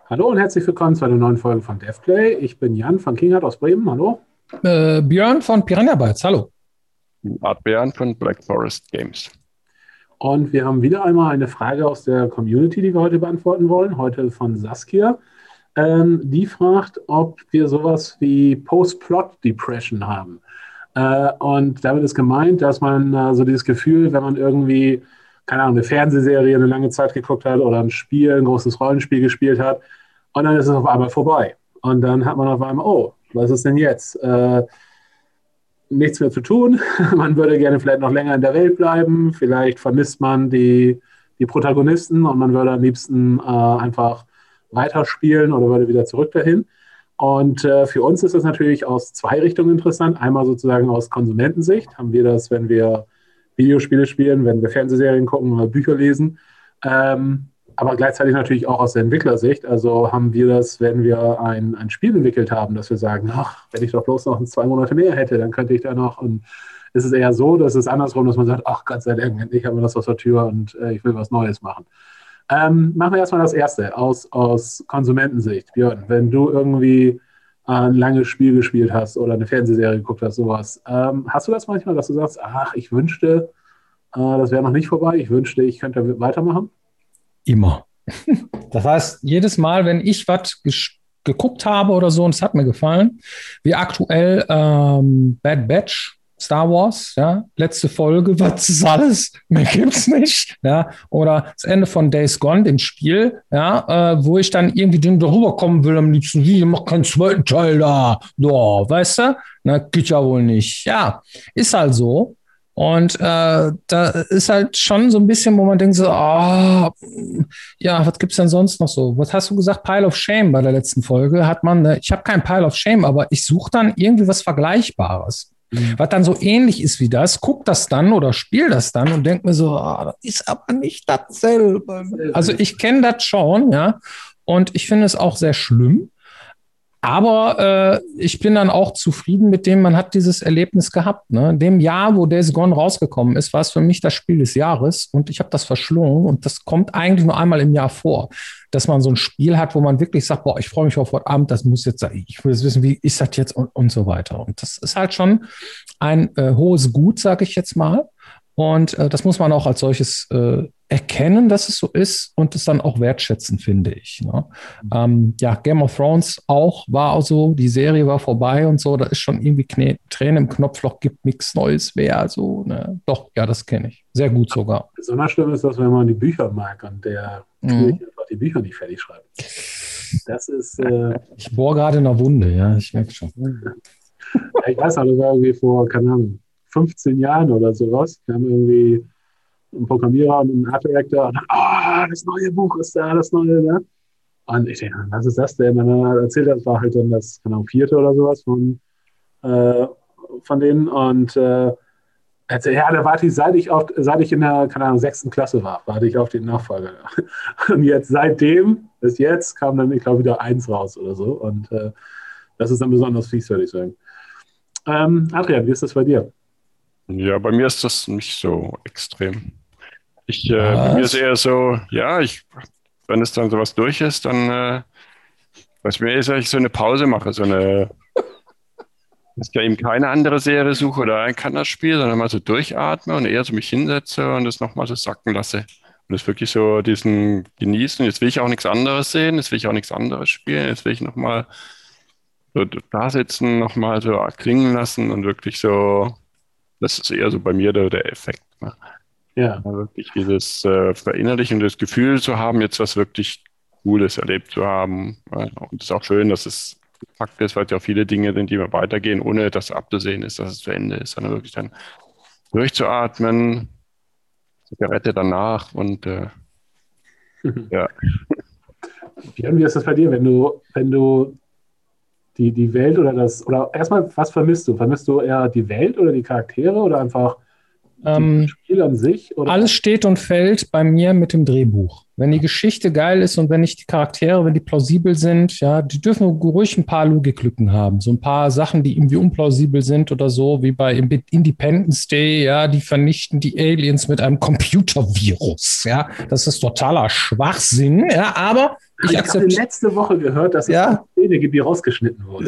Hallo und herzlich willkommen zu einer neuen Folge von DevPlay. Ich bin Jan von Kingart aus Bremen. Hallo. Björn von Piranha Bytes, hallo. Adrian von Black Forest Games. Und wir haben wieder einmal eine Frage aus der Community, die wir heute beantworten wollen. Heute von Saskia. Die fragt, ob wir sowas wie Post-Plot-Depression haben. Und damit ist gemeint, dass man so dieses Gefühl, wenn man irgendwie, keine Ahnung, eine Fernsehserie eine lange Zeit geguckt hat oder ein Spiel, ein großes Rollenspiel gespielt hat und dann ist es auf einmal vorbei. Und dann hat man auf einmal, oh, was ist denn jetzt? Nichts mehr zu tun. Man würde gerne vielleicht noch länger in der Welt bleiben. Vielleicht vermisst man die Protagonisten und man würde am liebsten einfach weiterspielen oder würde wieder zurück dahin. Und für uns ist das natürlich aus zwei Richtungen interessant. Einmal sozusagen aus Konsumentensicht haben wir das, wenn wir Videospiele spielen, wenn wir Fernsehserien gucken oder Bücher lesen. Aber gleichzeitig natürlich auch aus der Entwicklersicht. Also haben wir das, wenn wir ein Spiel entwickelt haben, dass wir sagen, ach, wenn ich doch bloß noch 2 Monate mehr hätte, dann könnte ich da noch. Und es ist eher so, dass es andersrum, dass man sagt, ach Gott sei Dank, endlich haben wir das aus der Tür und ich will was Neues machen. Machen wir erstmal das Erste aus Konsumentensicht. Björn, wenn du irgendwie ein langes Spiel gespielt hast oder eine Fernsehserie geguckt hast, sowas, hast du das manchmal, dass du sagst, ach, ich wünschte, das wäre noch nicht vorbei, ich wünschte, ich könnte weitermachen? Immer. Das heißt, jedes Mal, wenn ich was geguckt habe oder so und es hat mir gefallen, wie aktuell Bad Batch, Star Wars, ja, letzte Folge, was ist alles? Mehr gibt's nicht, ja, oder das Ende von Days Gone, dem Spiel, ja, wo ich dann irgendwie darüber kommen will, am liebsten, wie, ich mach keinen zweiten Teil da, so, weißt du? Na, geht ja wohl nicht, ja, ist halt so. Und da ist halt schon so ein bisschen, wo man denkt so, ja, was gibt's denn sonst noch so? Was hast du gesagt? Pile of Shame bei der letzten Folge hat man, ich habe kein Pile of Shame, aber ich suche dann irgendwie was Vergleichbares, was dann so ähnlich ist wie das, guck das dann oder spiel das dann und denk mir so, das ist aber nicht dasselbe. Also ich kenne das schon, ja, und ich finde es auch sehr schlimm. Aber ich bin dann auch zufrieden mit dem, man hat dieses Erlebnis gehabt. Ne? In dem Jahr, wo Days Gone rausgekommen ist, war es für mich das Spiel des Jahres und ich habe das verschlungen und das kommt eigentlich nur einmal im Jahr vor, dass man so ein Spiel hat, wo man wirklich sagt, boah, ich freue mich auf heute Abend, das muss jetzt sein, ich will jetzt wissen, wie ist das jetzt und so weiter. Und das ist halt schon ein hohes Gut, sage ich jetzt mal. Und das muss man auch als solches erkennen, dass es so ist und es dann auch wertschätzen, finde ich. Ne? Ja, Game of Thrones auch war auch so, die Serie war vorbei und so, da ist schon irgendwie Tränen im Knopfloch, gibt nichts Neues mehr. Also, ne? Doch, ja, das kenne ich. Sehr gut sogar. Besonders schlimm ist das, wenn man die Bücher mag und der einfach die Bücher nicht fertig schreibt. Das ist. Ich bohre gerade in der Wunde, ja, ich merke schon. Ja, ich weiß noch, das war irgendwie vor, keine Ahnung, 15 Jahren oder sowas. Wir haben irgendwie einen Programmierer und einen Art Director und dann, das neue Buch ist da, das neue, ne? Und ich denke, was ist das denn? Und dann erzählt er, das war halt dann das, keine Ahnung, 4. oder sowas von denen. Und also, ja, da warte ich, seit ich in der, keine Ahnung, 6. Klasse war, warte ich auf den Nachfolger. Und jetzt, seitdem, bis jetzt, kam dann, ich glaube, wieder 1 raus oder so. Und das ist dann besonders fies, würde ich sagen. Adrian, wie ist das bei dir? Ja, bei mir ist das nicht so extrem. Bei mir ist eher so, ja, wenn es dann sowas durch ist, dann, was mir ist, dass ich so eine Pause mache, dass ich ja eben keine andere Serie suche oder ein Kannerspiel, sondern mal so durchatme und eher so mich hinsetze und es nochmal so sacken lasse. Und es wirklich so diesen genießen. Jetzt will ich auch nichts anderes sehen, jetzt will ich auch nichts anderes spielen, jetzt will ich nochmal so da sitzen, nochmal so klingen lassen und wirklich so, das ist eher so bei mir der Effekt. Ne? Ja. Wirklich dieses Verinnerlichen, das Gefühl zu haben, jetzt was wirklich Cooles erlebt zu haben. Ja? Und es ist auch schön, dass es Fakt ist, weil es ja auch viele Dinge sind, die mal weitergehen, ohne dass abzusehen ist, dass es zu Ende ist, sondern wirklich dann durchzuatmen, Zigarette danach und ja. Björn, wie ist das bei dir, wenn du die Welt oder erstmal, was vermisst du? Vermisst du eher die Welt oder die Charaktere oder einfach das Spiel an sich? Oder? Alles steht und fällt bei mir mit dem Drehbuch. Wenn die Geschichte geil ist und wenn nicht die Charaktere, wenn die plausibel sind, ja, die dürfen ruhig ein paar Logiklücken haben. So ein paar Sachen, die irgendwie unplausibel sind oder so, wie bei Independence Day, ja, die vernichten die Aliens mit einem Computervirus, ja. Das ist totaler Schwachsinn, ja, aber Ich habe letzte Woche gehört, dass es eine Szene gibt, die rausgeschnitten wurde.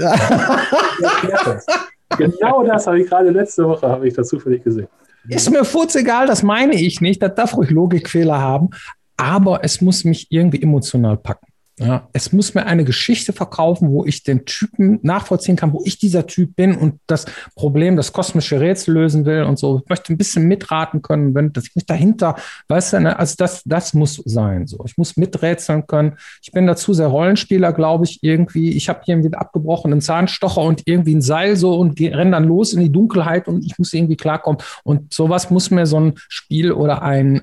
Ja. Genau das habe ich gerade letzte Woche zufällig gesehen. Ist mir furzegal, das meine ich nicht. Das darf ruhig Logikfehler haben. Aber es muss mich irgendwie emotional packen. Ja, es muss mir eine Geschichte verkaufen, wo ich den Typen nachvollziehen kann, wo ich dieser Typ bin und das Problem, das kosmische Rätsel lösen will und so. Ich möchte ein bisschen mitraten können, dass ich mich dahinter, weißt du, ne? Also das muss sein. So, ich muss miträtseln können. Ich bin dazu sehr Rollenspieler, glaube ich, irgendwie. Ich habe hier irgendwie einen abgebrochenen Zahnstocher und irgendwie ein Seil so und renne dann los in die Dunkelheit und ich muss irgendwie klarkommen. Und sowas muss mir so ein Spiel oder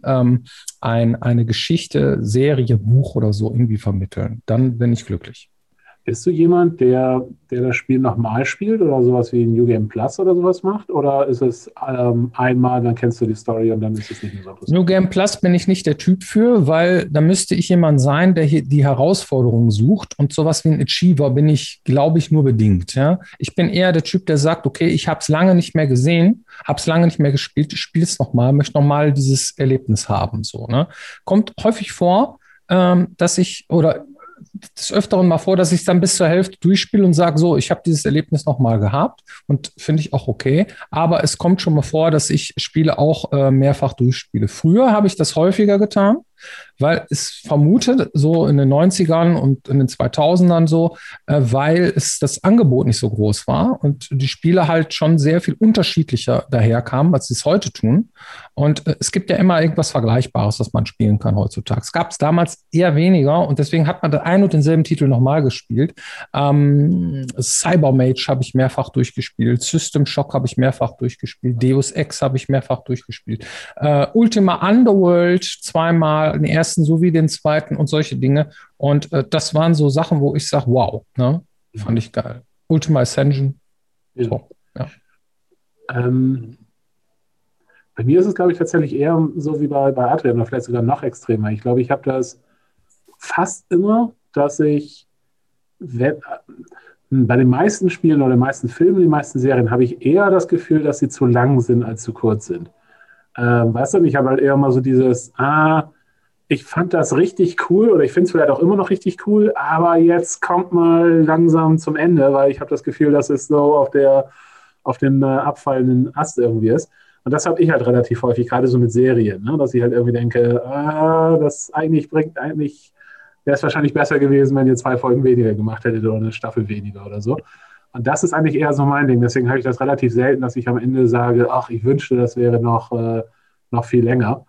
eine Geschichte, Serie, Buch oder so irgendwie vermitteln. Dann bin ich glücklich. Bist du jemand, der das Spiel nochmal spielt oder sowas wie New Game Plus oder sowas macht? Oder ist es einmal, dann kennst du die Story und dann ist es nicht mehr so interessant? New Game Plus bin ich nicht der Typ für, weil da müsste ich jemand sein, der hier die Herausforderungen sucht und sowas wie ein Achiever bin ich, glaube ich, nur bedingt. Ja? Ich bin eher der Typ, der sagt, okay, ich habe es lange nicht mehr gesehen, habe es lange nicht mehr gespielt, ich spiele es nochmal, möchte nochmal dieses Erlebnis haben. So, ne? Kommt häufig vor, dass ich, oder des Öfteren mal vor, dass ich es dann bis zur Hälfte durchspiele und sage, so, ich habe dieses Erlebnis nochmal gehabt und finde ich auch okay. Aber es kommt schon mal vor, dass ich Spiele auch mehrfach durchspiele. Früher habe ich das häufiger getan, weil es vermutet, so in den 90ern und in den 2000ern so, weil es das Angebot nicht so groß war und die Spiele halt schon sehr viel unterschiedlicher daherkamen, als sie es heute tun. Und es gibt ja immer irgendwas Vergleichbares, was man spielen kann heutzutage. Es gab es damals eher weniger und deswegen hat man den einen und denselben Titel nochmal gespielt. Cybermage habe ich mehrfach durchgespielt, System Shock habe ich mehrfach durchgespielt, Deus Ex habe ich mehrfach durchgespielt, Ultima Underworld zweimal, den ersten sowie den zweiten und solche Dinge. Und das waren so Sachen, wo ich sage, wow, ne? Fand ich geil. Ultima Ascension. Ja. So, ja. Bei mir ist es, glaube ich, tatsächlich eher so wie bei Adrian oder vielleicht sogar noch extremer. Ich glaube, ich habe das fast immer, dass ich bei den meisten Spielen oder den meisten Filmen, den meisten Serien habe ich eher das Gefühl, dass sie zu lang sind, als zu kurz sind. Weißt du, ich habe halt eher mal so dieses, ich fand das richtig cool oder ich finde es vielleicht auch immer noch richtig cool, aber jetzt kommt mal langsam zum Ende, weil ich habe das Gefühl, dass es so auf den abfallenden Ast irgendwie ist. Und das habe ich halt relativ häufig, gerade so mit Serien, ne? Dass ich halt irgendwie denke, das eigentlich wäre es wahrscheinlich besser gewesen, wenn ihr 2 Folgen weniger gemacht hättet oder eine Staffel weniger oder so. Und das ist eigentlich eher so mein Ding. Deswegen habe ich das relativ selten, dass ich am Ende sage, ach, ich wünschte, das wäre noch viel länger.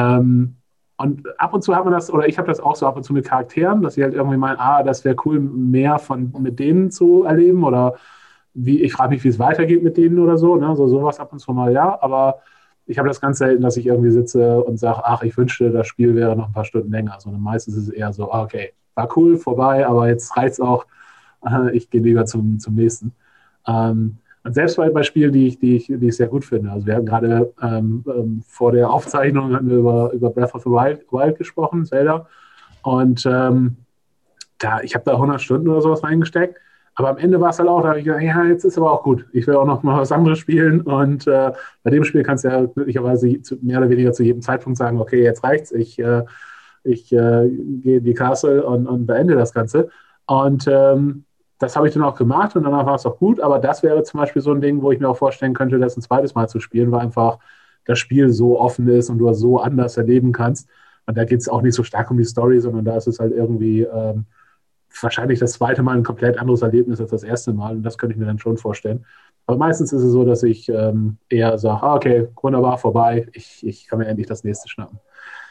Und ab und zu hat man das, oder ich habe das auch so ab und zu mit Charakteren, dass ich halt irgendwie meine, das wäre cool, mehr mit denen zu erleben oder ich frage mich, wie es weitergeht mit denen oder so, ne? Sowas ab und zu mal, ja, aber ich habe das ganz selten, dass ich irgendwie sitze und sage, ach, ich wünschte, das Spiel wäre noch ein paar Stunden länger, sondern meistens ist es eher so, okay, war cool, vorbei, aber jetzt reicht es auch, ich gehe lieber zum nächsten. Und selbst bei Spielen, die ich sehr gut finde, also wir haben gerade vor der Aufzeichnung hatten wir über Breath of the Wild gesprochen, Zelda, und ich habe da 100 Stunden oder sowas reingesteckt. Aber am Ende war es halt auch, da habe ich gedacht, ja, jetzt ist aber auch gut. Ich will auch noch mal was anderes spielen. Und bei dem Spiel kannst du ja glücklicherweise mehr oder weniger zu jedem Zeitpunkt sagen, okay, jetzt reicht's. Ich gehe in die Castle und beende das Ganze. Und das habe ich dann auch gemacht und danach war es auch gut. Aber das wäre zum Beispiel so ein Ding, wo ich mir auch vorstellen könnte, das ein zweites Mal zu spielen, weil einfach das Spiel so offen ist und du es so anders erleben kannst. Und da geht es auch nicht so stark um die Story, sondern da ist es halt irgendwie wahrscheinlich das zweite Mal ein komplett anderes Erlebnis als das erste Mal. Und das könnte ich mir dann schon vorstellen. Aber meistens ist es so, dass ich eher sage, okay, wunderbar, vorbei. Ich kann mir endlich das nächste schnappen.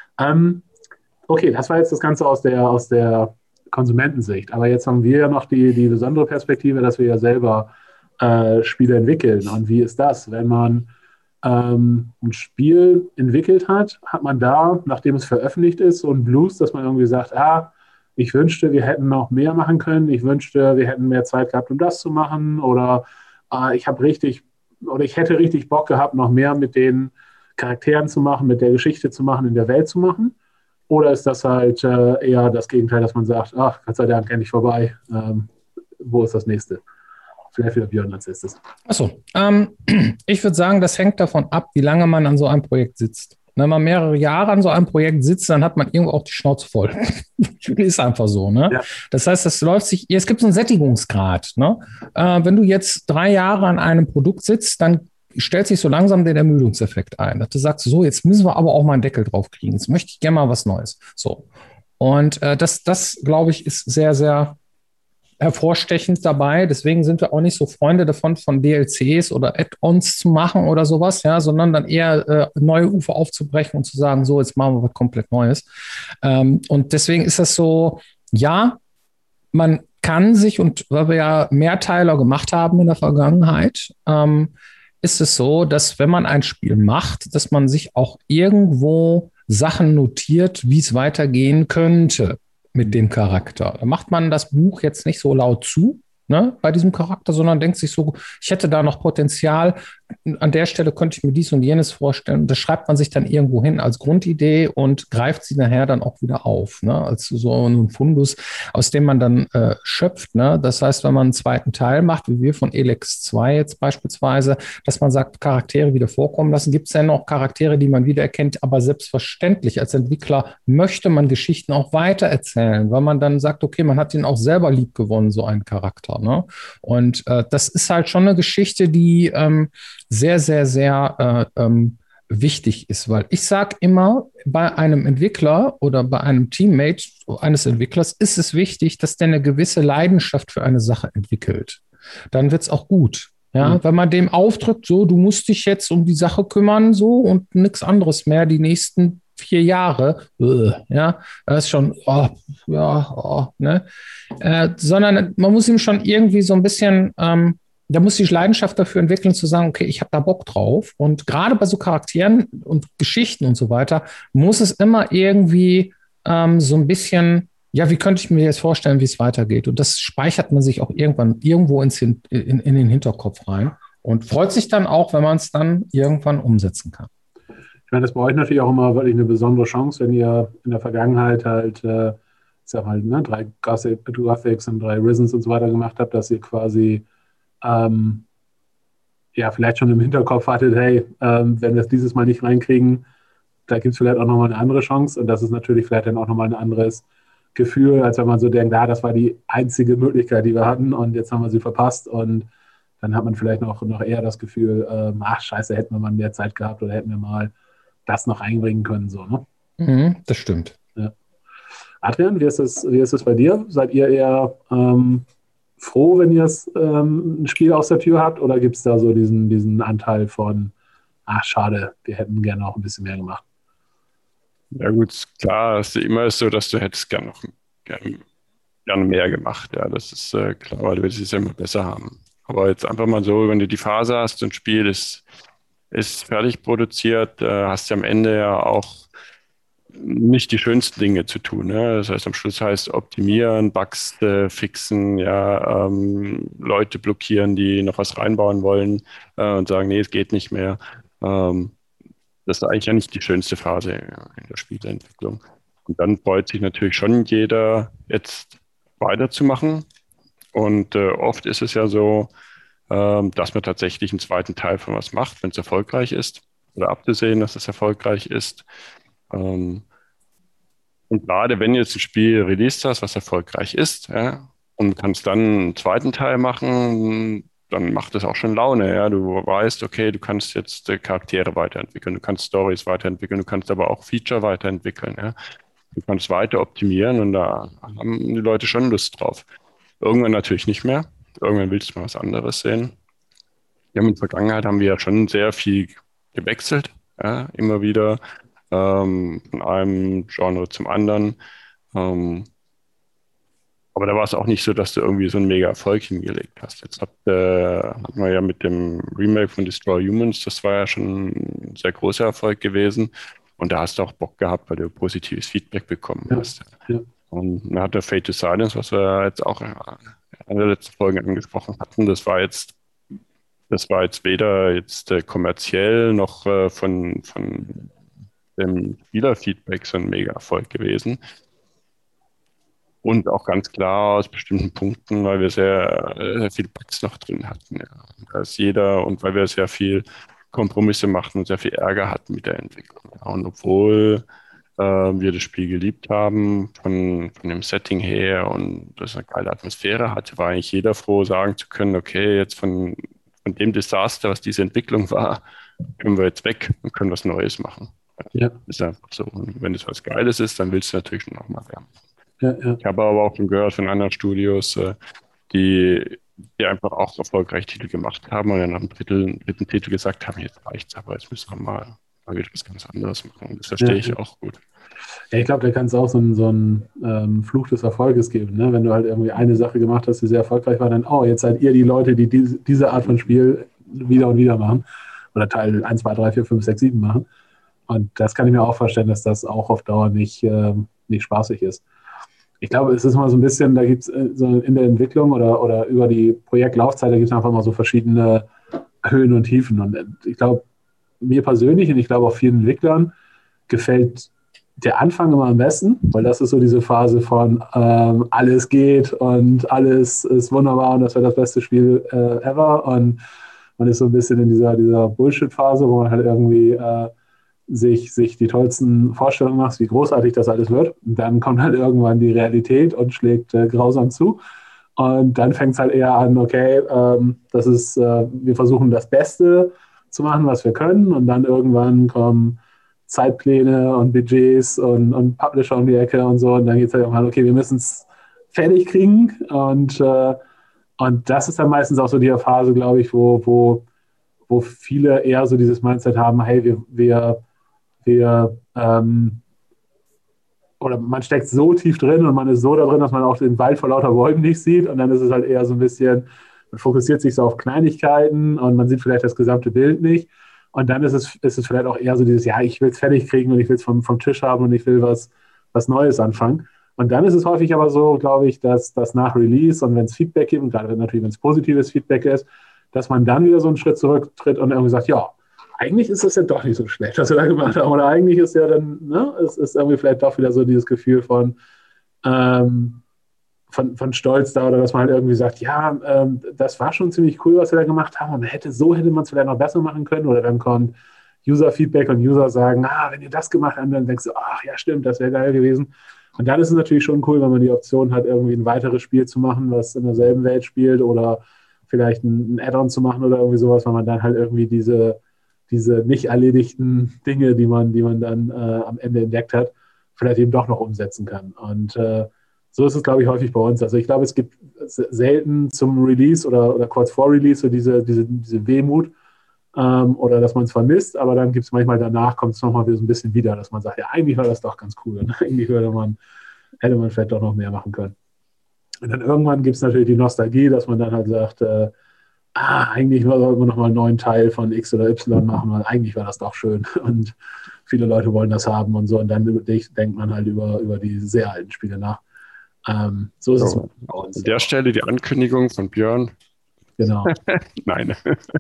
Okay, das war jetzt das Ganze aus der Konsumentensicht. Aber jetzt haben wir ja noch die besondere Perspektive, dass wir ja selber Spiele entwickeln. Und wie ist das, wenn man ein Spiel entwickelt hat man da, nachdem es veröffentlicht ist, so ein Blues, dass man irgendwie sagt, ich wünschte, wir hätten noch mehr machen können. Ich wünschte, wir hätten mehr Zeit gehabt, um das zu machen. Oder ich hätte richtig Bock gehabt, noch mehr mit den Charakteren zu machen, mit der Geschichte zu machen, in der Welt zu machen. Oder ist das halt eher das Gegenteil, dass man sagt, ach, Gott sei Dank, endlich vorbei. Wo ist das nächste? Vielleicht wieder Björn als nächstes. Achso, ich würde sagen, das hängt davon ab, wie lange man an so einem Projekt sitzt. Wenn man mehrere Jahre an so einem Projekt sitzt, dann hat man irgendwo auch die Schnauze voll. Ist einfach so, ne? Ja. Das heißt, es gibt so einen Sättigungsgrad, ne? Wenn du jetzt 3 Jahre an einem Produkt sitzt, dann stellt sich so langsam der Ermüdungseffekt ein. Dass du sagst, so, jetzt müssen wir aber auch mal einen Deckel drauf kriegen. Jetzt möchte ich gerne mal was Neues. So. Und das, glaube ich, ist sehr, sehr hervorstechend dabei. Deswegen sind wir auch nicht so Freunde davon, von DLCs oder Add-ons zu machen oder sowas, ja, sondern dann eher neue Ufer aufzubrechen und zu sagen, so, jetzt machen wir was komplett Neues. Und deswegen ist das so, ja, man kann sich, und weil wir ja Mehrteiler gemacht haben in der Vergangenheit, ist es so, dass wenn man ein Spiel macht, dass man sich auch irgendwo Sachen notiert, wie es weitergehen könnte mit dem Charakter. Da macht man das Buch jetzt nicht so laut zu, ne, bei diesem Charakter, sondern denkt sich so, ich hätte da noch Potenzial, an der Stelle könnte ich mir dies und jenes vorstellen. Das schreibt man sich dann irgendwo hin als Grundidee und greift sie nachher dann auch wieder auf, ne, als so ein Fundus, aus dem man dann schöpft. Ne? Das heißt, wenn man einen zweiten Teil macht, wie wir von Elex 2 jetzt beispielsweise, dass man sagt, Charaktere wieder vorkommen lassen, gibt es ja noch Charaktere, die man wiedererkennt, aber selbstverständlich als Entwickler möchte man Geschichten auch weitererzählen, weil man dann sagt, okay, man hat ihn auch selber lieb gewonnen, so einen Charakter. Ne? Und das ist halt schon eine Geschichte, die sehr, sehr, sehr wichtig ist, weil ich sage immer, bei einem Entwickler oder bei einem Teammate eines Entwicklers ist es wichtig, dass der eine gewisse Leidenschaft für eine Sache entwickelt. Dann wird es auch gut. Ja, wenn man dem aufdrückt, so, du musst dich jetzt um die Sache kümmern, so, und nichts anderes mehr die nächsten 4 Jahre, ja, das ist schon, ne, sondern man muss ihm schon irgendwie so ein bisschen, da muss die Leidenschaft dafür entwickeln, zu sagen, okay, ich habe da Bock drauf. Und gerade bei so Charakteren und Geschichten und so weiter, muss es immer irgendwie so ein bisschen, ja, wie könnte ich mir jetzt vorstellen, wie es weitergeht? Und das speichert man sich auch irgendwann irgendwo in den Hinterkopf rein und freut sich dann auch, wenn man es dann irgendwann umsetzen kann. Ich meine, das bei euch natürlich auch immer wirklich eine besondere Chance, wenn ihr in der Vergangenheit halt, ich sag mal, ne, 3 Graphics und 3 Risens und so weiter gemacht habt, dass ihr quasi ja, vielleicht schon im Hinterkopf hattet, hey, wenn wir es dieses Mal nicht reinkriegen, da gibt es vielleicht auch nochmal eine andere Chance. Und das ist natürlich vielleicht dann auch nochmal ein anderes Gefühl, als wenn man so denkt, das war die einzige Möglichkeit, die wir hatten und jetzt haben wir sie verpasst. Und dann hat man vielleicht noch eher das Gefühl, scheiße, hätten wir mal mehr Zeit gehabt oder hätten wir mal das noch einbringen können. So, ne? Das stimmt. Ja. Adrian, wie ist es bei dir? Seid ihr eher froh, wenn ihr ein Spiel aus der Tür habt, oder gibt es da so diesen Anteil von, schade, wir hätten gerne auch ein bisschen mehr gemacht? Ja gut, klar, es ist immer so, dass du hättest gerne mehr gemacht. Ja, das ist klar, weil du willst es ja immer besser haben. Aber jetzt einfach mal so, wenn du die Phase hast, ein Spiel ist fertig produziert, hast du am Ende ja auch nicht die schönsten Dinge zu tun. Ne? Das heißt, am Schluss heißt optimieren, Bugs fixen, ja, Leute blockieren, die noch was reinbauen wollen und sagen, nee, es geht nicht mehr. Das ist eigentlich ja nicht die schönste Phase in der Spieleentwicklung. Und dann freut sich natürlich schon jeder, jetzt weiterzumachen. Und oft ist es ja so, dass man tatsächlich einen zweiten Teil von was macht, wenn es erfolgreich ist, oder abzusehen, dass es erfolgreich ist. Und gerade wenn du jetzt ein Spiel released hast, was erfolgreich ist, ja, und kannst dann einen zweiten Teil machen, dann macht das auch schon Laune. Ja. Du weißt, okay, du kannst jetzt Charaktere weiterentwickeln, du kannst Stories weiterentwickeln, du kannst aber auch Feature weiterentwickeln. Ja. Du kannst weiter optimieren und da haben die Leute schon Lust drauf. Irgendwann natürlich nicht mehr. Irgendwann willst du mal was anderes sehen. In der Vergangenheit haben wir ja schon sehr viel gewechselt, ja, immer wieder. Von einem Genre zum anderen. Aber da war es auch nicht so, dass du irgendwie so einen mega Erfolg hingelegt hast. Jetzt hatten wir ja mit dem Remake von Destroy Humans, das war ja schon ein sehr großer Erfolg gewesen. Und da hast du auch Bock gehabt, weil du positives Feedback bekommen hast. Ja. Und dann hat der Fate to Silence, was wir jetzt auch in der letzten Folge angesprochen hatten, das war jetzt weder jetzt kommerziell noch von dem Spielerfeedback so ein Mega-Erfolg gewesen. Und auch ganz klar aus bestimmten Punkten, weil wir sehr, sehr viele Bugs noch drin hatten. Ja. Da ist jeder, und weil wir sehr viel Kompromisse machten und sehr viel Ärger hatten mit der Entwicklung. Ja, und obwohl wir das Spiel geliebt haben, von dem Setting her und das eine geile Atmosphäre hatte, war eigentlich jeder froh, sagen zu können, okay, jetzt von dem Desaster, was diese Entwicklung war, können wir jetzt weg und können was Neues machen. Ja. Ist einfach so. Und wenn es was Geiles ist, dann willst du natürlich noch mal mehr. Ja. Ich habe aber auch schon gehört von anderen Studios, die einfach auch erfolgreich Titel gemacht haben und dann am dritten Titel gesagt haben, jetzt reicht's, aber jetzt müssen wir mal wieder was ganz anderes machen. Das verstehe ich auch gut. Ja, ich glaube, da kann es auch so einen Fluch des Erfolges geben, ne? Wenn du halt irgendwie eine Sache gemacht hast, die sehr erfolgreich war, dann, jetzt seid ihr die Leute, die diese Art von Spiel wieder und wieder machen oder Teil 1, 2, 3, 4, 5, 6, 7 machen. Und das kann ich mir auch vorstellen, dass das auch auf Dauer nicht spaßig ist. Ich glaube, es ist mal so ein bisschen, da gibt es so in der Entwicklung oder über die Projektlaufzeit, da gibt es einfach mal so verschiedene Höhen und Tiefen. Und ich glaube, mir persönlich und ich glaube auch vielen Entwicklern gefällt der Anfang immer am besten, weil das ist so diese Phase von alles geht und alles ist wunderbar und das wäre das beste Spiel ever. Und man ist so ein bisschen in dieser Bullshit-Phase, wo man halt irgendwie sich die tollsten Vorstellungen macht, wie großartig das alles wird. Und dann kommt halt irgendwann die Realität und schlägt grausam zu. Und dann fängt es halt eher an, okay, wir versuchen das Beste zu machen, was wir können. Und dann irgendwann kommen Zeitpläne und Budgets und Publisher um die Ecke und so. Und dann geht es halt irgendwann, okay, wir müssen es fertig kriegen. Und das ist dann meistens auch so die Phase, glaube ich, wo viele eher so dieses Mindset haben, hey, oder man steckt so tief drin und man ist so da drin, dass man auch den Wald vor lauter Bäumen nicht sieht und dann ist es halt eher so ein bisschen, man fokussiert sich so auf Kleinigkeiten und man sieht vielleicht das gesamte Bild nicht und dann ist es vielleicht auch eher so dieses, ja, ich will es fertig kriegen und ich will es vom Tisch haben und ich will was Neues anfangen. Und dann ist es häufig aber so, glaube ich, dass nach Release und wenn es Feedback gibt, und gerade natürlich, wenn es positives Feedback ist, dass man dann wieder so einen Schritt zurücktritt und irgendwie sagt, ja, eigentlich ist das ja doch nicht so schlecht, was wir da gemacht haben. Oder eigentlich ist ja dann, es ist irgendwie vielleicht doch wieder so dieses Gefühl von Stolz da oder dass man halt irgendwie sagt, ja, das war schon ziemlich cool, was wir da gemacht haben. Und hätte man es vielleicht noch besser machen können. Oder dann kommt User-Feedback und User sagen, wenn ihr das gemacht habt, dann denkst du, ach ja, stimmt, das wäre geil gewesen. Und dann ist es natürlich schon cool, wenn man die Option hat, irgendwie ein weiteres Spiel zu machen, was in derselben Welt spielt oder vielleicht ein Add-on zu machen oder irgendwie sowas, weil man dann halt irgendwie diese nicht erledigten Dinge, die man dann am Ende entdeckt hat, vielleicht eben doch noch umsetzen kann. Und so ist es, glaube ich, häufig bei uns. Also ich glaube, es gibt selten zum Release oder kurz vor Release so diese Wehmut oder dass man es vermisst, aber dann gibt es manchmal danach, kommt es nochmal wieder so ein bisschen wieder, dass man sagt, ja, eigentlich war das doch ganz cool und eigentlich hätte man vielleicht doch noch mehr machen können. Und dann irgendwann gibt es natürlich die Nostalgie, dass man dann halt sagt, eigentlich sollten wir noch mal einen neuen Teil von X oder Y machen, weil eigentlich war das doch schön und viele Leute wollen das haben und so und dann denkt man halt über die sehr alten Spiele nach. So ist es bei uns. An der Stelle die Ankündigung von Björn. Genau. Nein.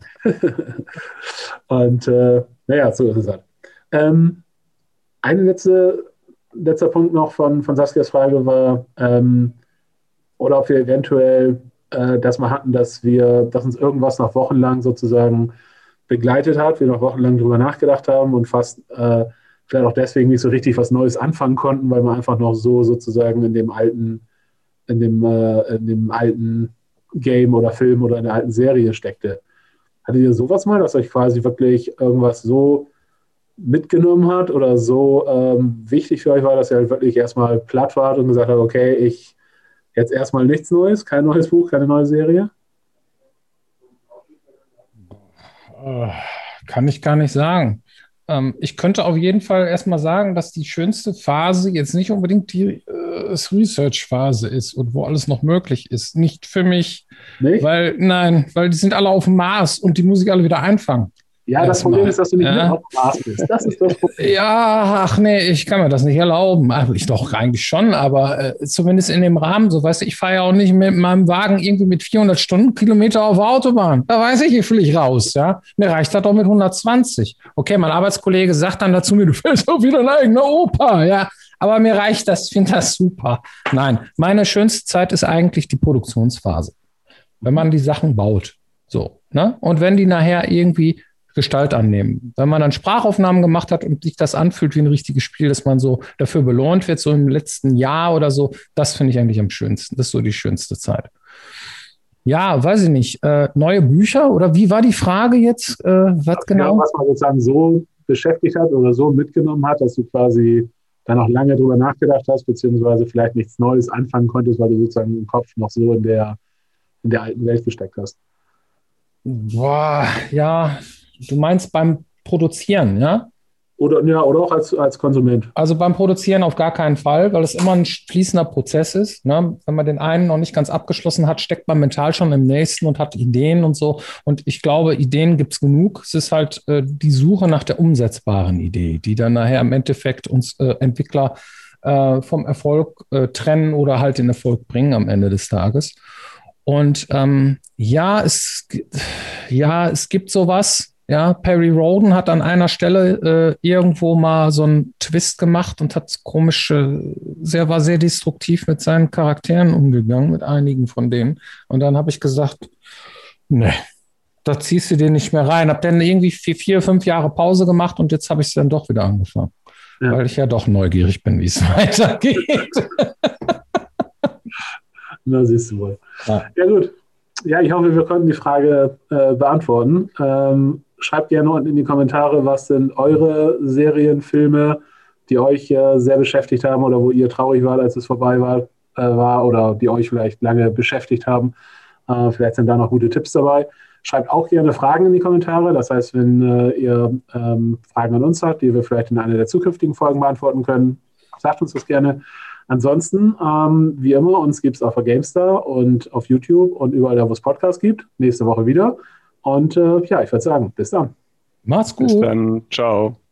Und so ist es halt. Ein letzter Punkt noch von Saskias Frage war, oder ob wir eventuell das mal hatten, dass uns irgendwas noch wochenlang sozusagen begleitet hat, wir noch wochenlang drüber nachgedacht haben und fast vielleicht auch deswegen nicht so richtig was Neues anfangen konnten, weil man einfach noch so sozusagen in dem alten Game oder Film oder in der alten Serie steckte. Hattet ihr sowas mal, dass euch quasi wirklich irgendwas so mitgenommen hat oder so wichtig für euch war, dass ihr halt wirklich erstmal platt wart und gesagt habt, okay, jetzt erstmal nichts Neues, kein neues Buch, keine neue Serie? Kann ich gar nicht sagen. Ich könnte auf jeden Fall erstmal sagen, dass die schönste Phase jetzt nicht unbedingt die Research-Phase ist und wo alles noch möglich ist. Nicht für mich, nicht? Weil die sind alle auf dem Mars und die muss ich alle wieder einfangen. Ja, das Problem ist, dass du nicht mehr auf dem Mars bist. Das ist das Problem. Ja, ach nee, ich kann mir das nicht erlauben. Also ich doch eigentlich schon, aber zumindest in dem Rahmen. So, weißt du, ich fahre ja auch nicht mit meinem Wagen irgendwie mit 400 Stundenkilometer auf der Autobahn. Da weiß ich, wie viel ich raus. Ja, mir reicht das doch mit 120. Okay, mein Arbeitskollege sagt dann dazu mir, du fährst doch wieder ein eigener Opa. Ja, aber mir reicht das. Ich finde das super. Nein, meine schönste Zeit ist eigentlich die Produktionsphase, wenn man die Sachen baut. So, ne? Und wenn die nachher irgendwie Gestalt annehmen. Wenn man dann Sprachaufnahmen gemacht hat und sich das anfühlt wie ein richtiges Spiel, dass man so dafür belohnt wird, so im letzten Jahr oder so, das finde ich eigentlich am schönsten. Das ist so die schönste Zeit. Ja, weiß ich nicht. Neue Bücher oder wie war die Frage jetzt? Was genau? Ja, was man sozusagen so beschäftigt hat oder so mitgenommen hat, dass du quasi da noch lange drüber nachgedacht hast, beziehungsweise vielleicht nichts Neues anfangen konntest, weil du sozusagen im Kopf noch so in der alten Welt gesteckt hast. Boah, ja, du meinst beim Produzieren, ja? Oder auch als Konsument. Also beim Produzieren auf gar keinen Fall, weil es immer ein fließender Prozess ist. Ne? Wenn man den einen noch nicht ganz abgeschlossen hat, steckt man mental schon im nächsten und hat Ideen und so. Und ich glaube, Ideen gibt es genug. Es ist halt die Suche nach der umsetzbaren Idee, die dann nachher im Endeffekt uns Entwickler vom Erfolg trennen oder halt den Erfolg bringen am Ende des Tages. Und es gibt sowas. Ja, Perry Rhodan hat an einer Stelle irgendwo mal so einen Twist gemacht und hat war sehr destruktiv mit seinen Charakteren umgegangen, mit einigen von denen. Und dann habe ich gesagt, nee, da ziehst du dir nicht mehr rein. Hab dann irgendwie 4, 5 Jahre Pause gemacht und jetzt habe ich es dann doch wieder angefangen. Ja. Weil ich ja doch neugierig bin, wie es weitergeht. Na, siehst du wohl. Ja gut. Ja, ich hoffe, wir konnten die Frage beantworten. Schreibt gerne unten in die Kommentare, was sind eure Serien, Filme, die euch sehr beschäftigt haben oder wo ihr traurig wart, als es vorbei war oder die euch vielleicht lange beschäftigt haben. Vielleicht sind da noch gute Tipps dabei. Schreibt auch gerne Fragen in die Kommentare. Das heißt, wenn ihr Fragen an uns habt, die wir vielleicht in einer der zukünftigen Folgen beantworten können, sagt uns das gerne. Ansonsten, wie immer, uns gibt es auf der GameStar und auf YouTube und überall da, wo es Podcasts gibt. Nächste Woche wieder. Und ich würde sagen, bis dann. Macht's gut. Bis dann. Ciao.